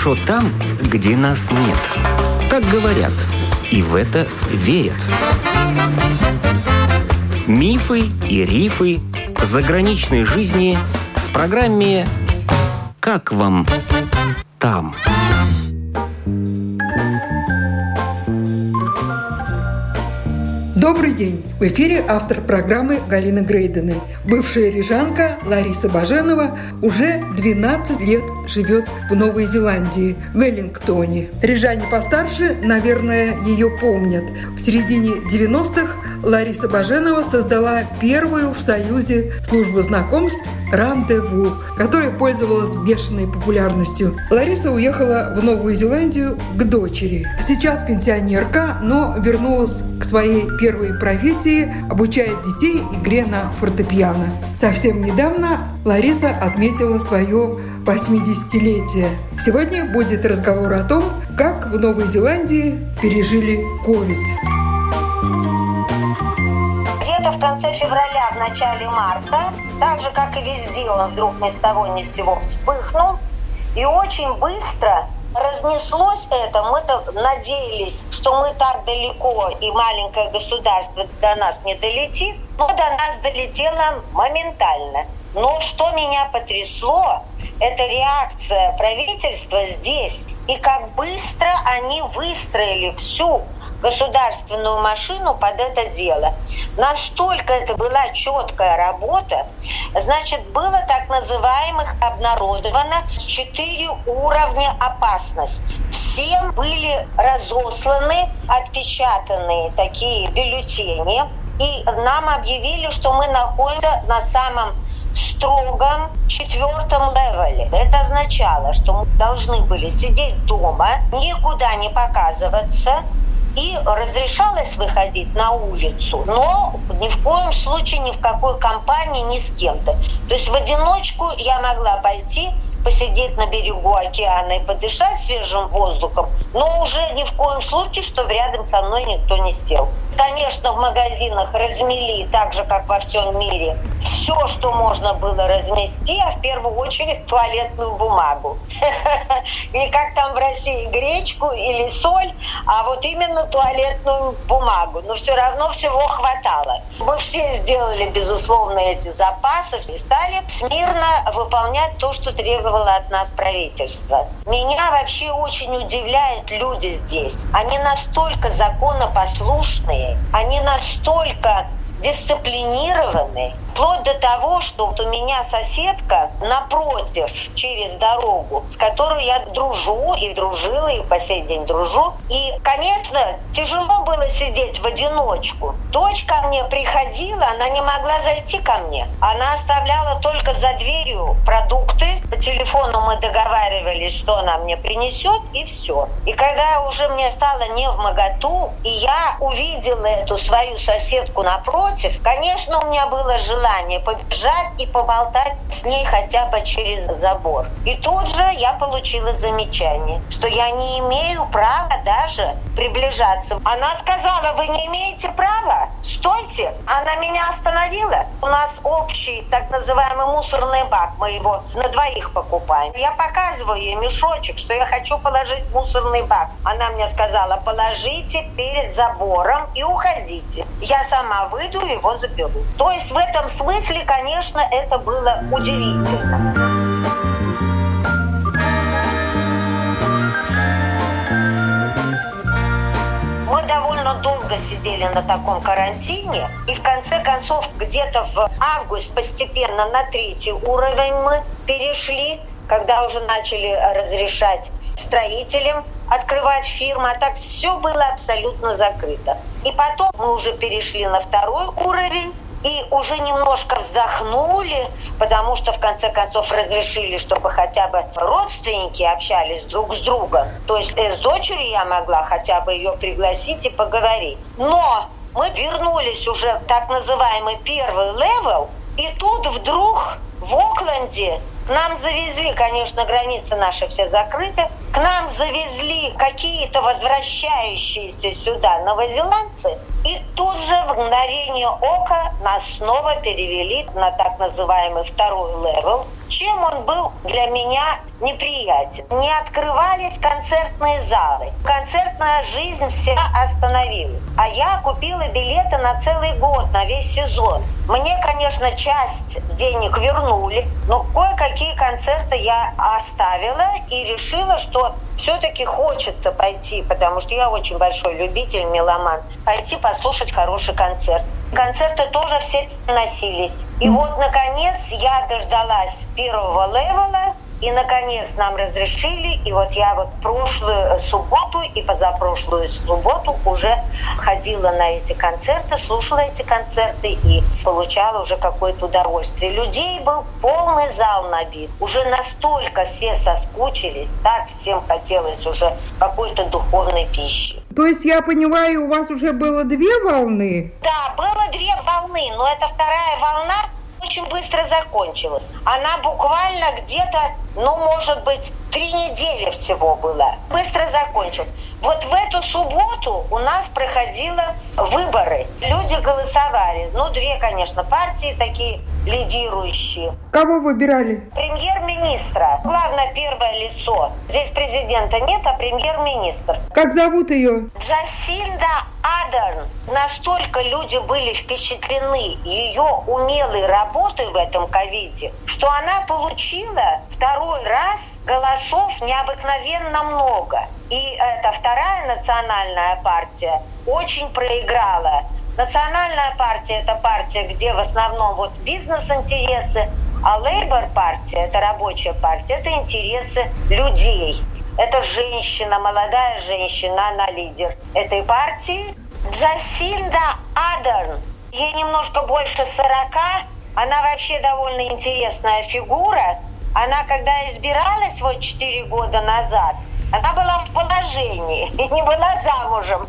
хорошо там, где нас нет. Так говорят, и в это верят. Мифы и рифы заграничной жизни в программе «Как вам там?». Добрый день! В эфире автор программы Галина Грейдены. Бывшая рижанка Лариса Баженова уже 12 лет живет в Новой Зеландии, в Веллингтоне. Рижане постарше, наверное, ее помнят. В середине 90-х Лариса Баженова создала первую в Союзе службу знакомств «Рандеву», которая пользовалась бешеной популярностью. Лариса уехала в Новую Зеландию к дочери. Сейчас пенсионерка, но вернулась к своей первой профессии, обучает детей игре на фортепиано. Совсем недавно Лариса отметила свое 80-летие. Сегодня будет разговор о том, как в Новой Зеландии пережили ковид. Где-то в конце февраля, в начале марта, так же, как и везде, он вдруг ни с того ни с сего вспыхнул. И очень быстро разнеслось это. Мы-то надеялись, что мы так далеко, и маленькое государство до нас не долетит. Но до нас долетело моментально. Но что меня потрясло, это реакция правительства здесь. И как быстро они выстроили всю государственную машину под это дело. Настолько это была четкая работа. Значит, было так называемых обнародовано 4 уровня опасности. Всем были разосланы отпечатанные такие бюллетени. И нам объявили, что мы находимся на самом строгом 4-м левеле. Это означало, что мы должны были сидеть дома, никуда не показываться, и разрешалось выходить на улицу, но ни в коем случае ни в какой компании, ни с кем-то. То есть в одиночку я могла пойти, посидеть на берегу океана и подышать свежим воздухом, но уже ни в коем случае, чтобы рядом со мной никто не сел. Конечно, в магазинах размели, так же, как во всем мире, все, что можно было размести, а в первую очередь туалетную бумагу. Не как там в России гречку или соль, а вот именно туалетную бумагу. Но все равно всего хватало. Мы все сделали, безусловно, эти запасы и стали смирно выполнять то, что требовало от нас правительство. Меня вообще очень удивляют люди здесь. Они настолько законопослушные, они настолько дисциплинированы, вплоть до того, что вот у меня соседка напротив, через дорогу, с которой я дружу и дружила, и по сей день дружу. И, конечно, тяжело было сидеть в одиночку. Дочь ко мне приходила, она не могла зайти ко мне. Она оставляла только за дверью продукты. По телефону мы договаривались, что она мне принесет, и все. И когда уже мне стало невмоготу, и я увидела эту свою соседку напротив, конечно, у меня было желание побежать и поболтать с ней хотя бы через забор. И тут же я получила замечание, что я не имею права даже приближаться. Она сказала: вы не имеете права, стойте. Она меня остановила. У нас общий так называемый мусорный бак, мы его на двоих покупаем. Я показываю ей мешочек, что я хочу положить в мусорный бак. Она мне сказала: положите перед забором и уходите. Я сама выйду и его заберу. То есть в этом смысле, конечно, это было удивительно. Мы довольно долго сидели на таком карантине, и в конце концов где-то в август постепенно на 3-й уровень мы перешли, когда уже начали разрешать строителям открывать фирмы, а так все было абсолютно закрыто. И потом мы уже перешли на 2-й уровень, и уже немножко вздохнули, потому что в конце концов разрешили, чтобы хотя бы родственники общались друг с другом. То есть с дочерью я могла хотя бы ее пригласить и поговорить. Но мы вернулись уже в так называемый 1-й левел, и тут вдруг в Окленде к нам завезли, конечно, границы наши все закрыты, к нам завезли какие-то возвращающиеся сюда новозеландцы, и тут же в мгновение ока нас снова перевели на так называемый 2-й левел. Чем он был для меня неприятен. Не открывались концертные залы. Концертная жизнь вся остановилась. А я купила билеты на целый год, на весь сезон. Мне, конечно, часть денег вернули, но кое-какие концерты я оставила и решила, что все-таки хочется пойти, потому что я очень большой любитель, меломан, пойти послушать хороший концерт. Концерты тоже все носились. И вот, наконец, я дождалась первого левела, и, наконец, нам разрешили. И вот я вот прошлую субботу и позапрошлую субботу уже ходила на эти концерты, слушала эти концерты и получала уже какое-то удовольствие. Людей был полный зал набит. Уже настолько все соскучились, так всем хотелось уже какой-то духовной пищи. То есть, я понимаю, у вас уже было 2 волны? Да, было 2 волны, но эта вторая волна очень быстро закончилась. Она буквально где-то, может быть, 3 недели всего была. Быстро закончилась. Вот в эту субботу у нас проходило выборы. Люди голосовали. 2, конечно, партии такие лидирующие. Кого выбирали? Премьер-министра. Главное первое лицо. Здесь президента нет, а премьер-министр. Как зовут ее? Джасинда Адерн. Настолько люди были впечатлены ее умелой работой в этом ковиде, что она получила 2-й раз голосов необыкновенно много. И эта вторая национальная партия очень проиграла. Национальная партия – это партия, где в основном бизнес-интересы, а Лейбор-партия – это рабочая партия, это интересы людей. Это женщина, молодая женщина, она лидер этой партии. Джасинда Адерн. Ей немножко больше 40. Она вообще довольно интересная фигура. Она, когда избиралась 4 года назад, она была в положении и не была замужем.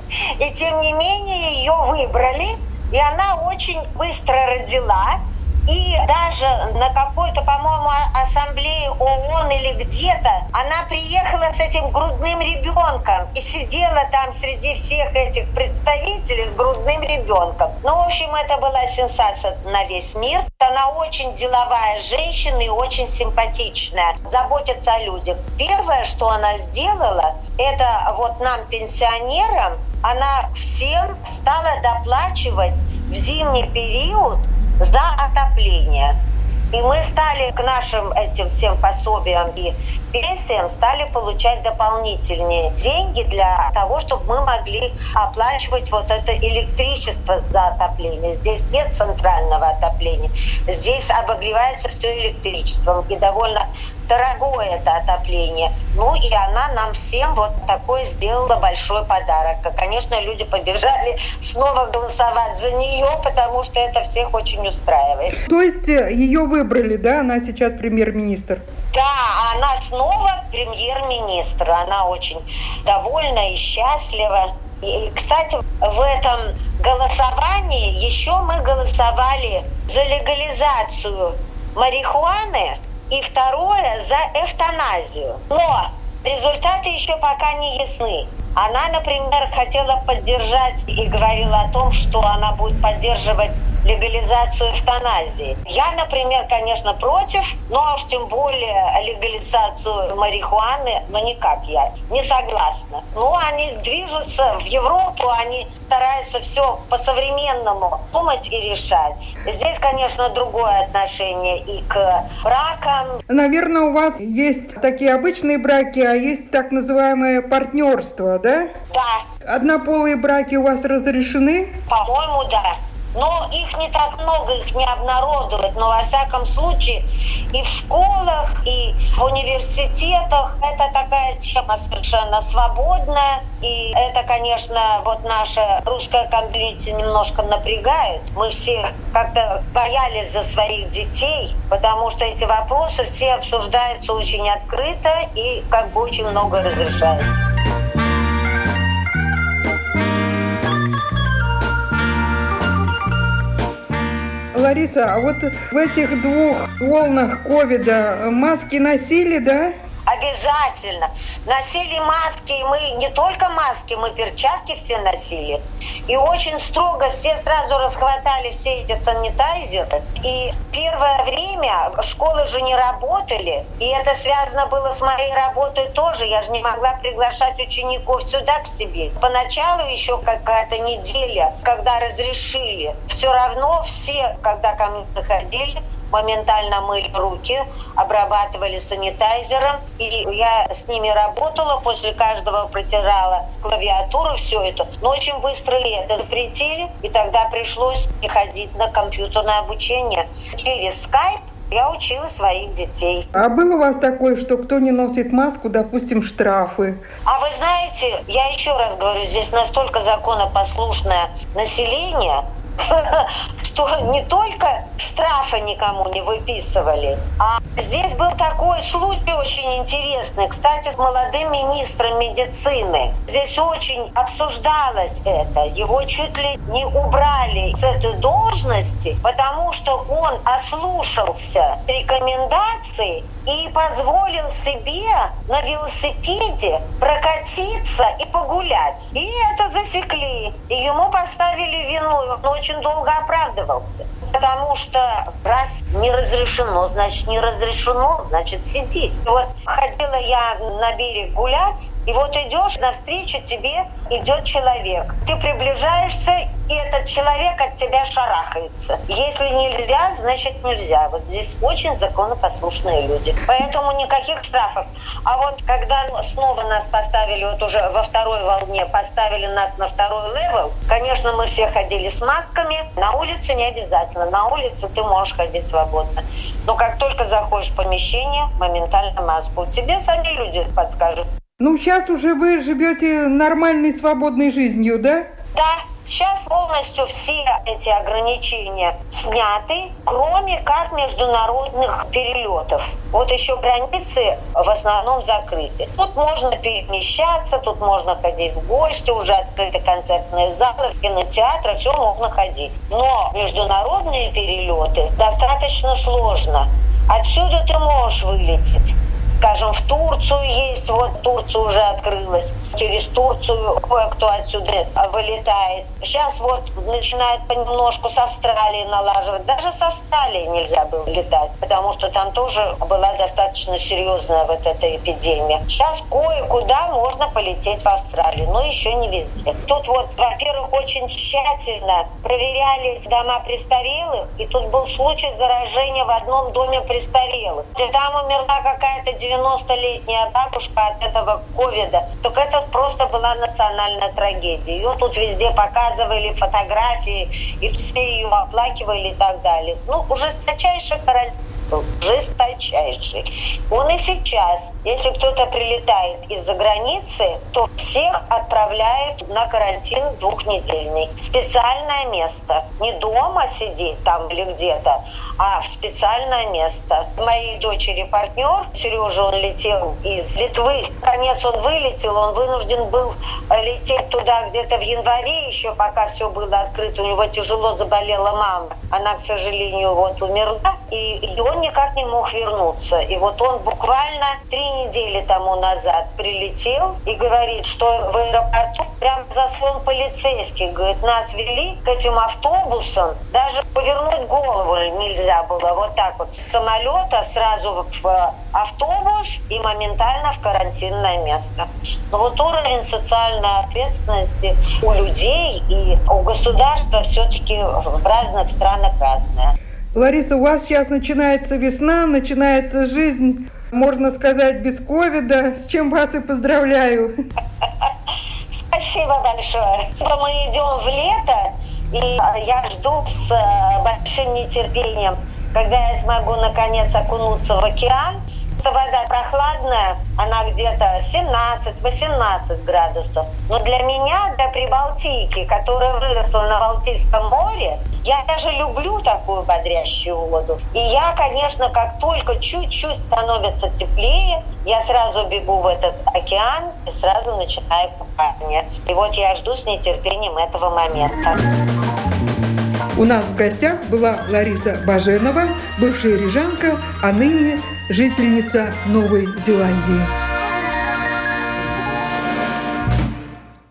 И тем не менее ее выбрали, и она очень быстро родила. И даже на какой-то, по-моему, ассамблее ООН или где-то она приехала с этим грудным ребенком и сидела там среди всех этих представителей с грудным ребенком. В общем, это была сенсация на весь мир. Она очень деловая женщина и очень симпатичная, заботится о людях. Первое, что она сделала, это нам, пенсионерам, она всем стала доплачивать в зимний период за отопление. И мы стали к нашим этим всем пособиям и пенсиям стали получать дополнительные деньги для того, чтобы мы могли оплачивать это электричество за отопление. Здесь нет центрального отопления. Здесь обогревается все электричеством. И довольно дорогое это отопление. И она нам всем такой сделала большой подарок. И, конечно, люди побежали снова голосовать за нее, потому что это всех очень устраивает. То есть ее выбрали, да? Она сейчас премьер-министр? Да, она снова премьер-министр. Она очень довольна и счастлива. И, кстати, в этом голосовании еще мы голосовали за легализацию марихуаны и второе за эвтаназию. Но результаты еще пока не ясны. Она, например, хотела поддержать и говорила о том, что она будет поддерживать легализацию эвтаназии. Я, например, конечно, против, но уж тем более легализацию марихуаны, никак я не согласна. Они движутся в Европу, они стараются все по-современному думать и решать. Здесь, конечно, другое отношение и к бракам. Наверное, у вас есть такие обычные браки, а есть так называемое партнерство, да? Да. Однополые браки у вас разрешены? По-моему, да. Но их не так много, их не обнародуют. Но, во всяком случае, и в школах, и в университетах это такая тема совершенно свободная. И это, конечно, наша русская комьюнити немножко напрягает. Мы все как-то боялись за своих детей, потому что эти вопросы все обсуждаются очень открыто и очень много разрешается. Лариса, а в этих 2 волнах ковида маски носили, да? Обязательно. Носили маски, и мы не только маски, мы перчатки все носили. И очень строго все сразу расхватали все эти санитайзеры. И первое время школы же не работали, и это связано было с моей работой тоже. Я же не могла приглашать учеников сюда к себе. Поначалу еще какая-то неделя, когда разрешили, все равно все, когда ко мне заходили, моментально мыли руки, обрабатывали санитайзером. И я с ними работала, после каждого протирала клавиатуру, все это. Но очень быстро это запретили, и тогда пришлось ходить на компьютерное обучение. Через Skype я учила своих детей. А было у вас такое, что кто не носит маску, допустим, штрафы? А вы знаете, я еще раз говорю, здесь настолько законопослушное население, что не только штрафы никому не выписывали, а здесь был такой случай очень интересный. Кстати, с молодым министром медицины. Здесь очень обсуждалось это. Его чуть ли не убрали с этой должности, потому что он ослушался рекомендаций и позволил себе на велосипеде прокатиться и погулять. И это засекли. И ему поставили вину. Он очень долго оправдывался. Потому что раз не разрешено, значит не разрешено, значит сиди. Вот ходила я на берег гулять, и вот идешь, навстречу тебе идет человек. Ты приближаешься, и этот человек от тебя шарахается. Если нельзя, значит нельзя. Вот здесь очень законопослушные люди. Поэтому никаких штрафов. А вот когда снова нас поставили, вот уже во второй волне, поставили нас на второй левел, конечно, мы все ходили с масками. На улице не обязательно. На улице ты можешь ходить свободно. Но как только заходишь в помещение, моментально маску. Тебе сами люди подскажут. Ну, сейчас уже вы живете нормальной, свободной жизнью, да? Да, сейчас полностью все эти ограничения сняты, кроме как международных перелетов. Вот еще границы в основном закрыты. Тут можно перемещаться, тут можно ходить в гости, уже открыты концертные залы, кинотеатры, все можно ходить. Но международные перелеты достаточно сложно. Отсюда ты можешь вылететь. Скажем, в Турцию есть, вот Турция уже открылась. Через Турцию кое-кто отсюда вылетает. Сейчас вот начинают понемножку с Австралии налаживать. Даже с Австралии нельзя было летать, потому что там тоже была достаточно серьезная вот эта эпидемия. Сейчас кое-куда можно полететь в Австралию, но еще не везде. Тут вот, во-первых, очень тщательно проверяли дома престарелых, и тут был случай заражения в одном доме престарелых. И там умерла какая-то 90-летняя бабушка от этого ковида. Только это просто была национальная трагедия. Ее тут везде показывали, фотографии, и все ее оплакивали и так далее. Ну, жесточайший карантин. Жесточайший. Он и сейчас. Если кто-то прилетает из-за границы, то всех отправляют на карантин 2-недельный. Специальное место. Не дома сидеть там или где-то, а в специальное место. Моей дочери партнер, Сережа, он летел из Литвы. Наконец он вылетел, он вынужден был лететь туда где-то в январе еще, пока все было открыто. У него тяжело заболела мама. Она, к сожалению, вот умерла, и он никак не мог вернуться. И вот он буквально 3 недели тому назад прилетел и говорит, что в аэропорту прям заслон полицейский. Говорит, нас вели к этим автобусам, даже повернуть голову нельзя было. Вот так вот с самолета сразу в автобус и моментально в карантинное место. Но вот уровень социальной ответственности у людей и у государства все-таки в разных странах разная. Лариса, у вас сейчас начинается весна, начинается жизнь, можно сказать, без ковида, с чем вас и поздравляю. Спасибо большое. Мы идем в лето, и я жду с большим нетерпением, когда я смогу наконец окунуться в океан. Вода прохладная, она где-то 17-18 градусов. Но для меня, для Прибалтики, которая выросла на Балтийском море, я даже люблю такую бодрящую воду. И я, конечно, как только чуть-чуть становится теплее, я сразу бегу в этот океан и сразу начинаю купание. И вот я жду с нетерпением этого момента. У нас в гостях была Лариса Баженова, бывшая рижанка, а ныне жительница Новой Зеландии.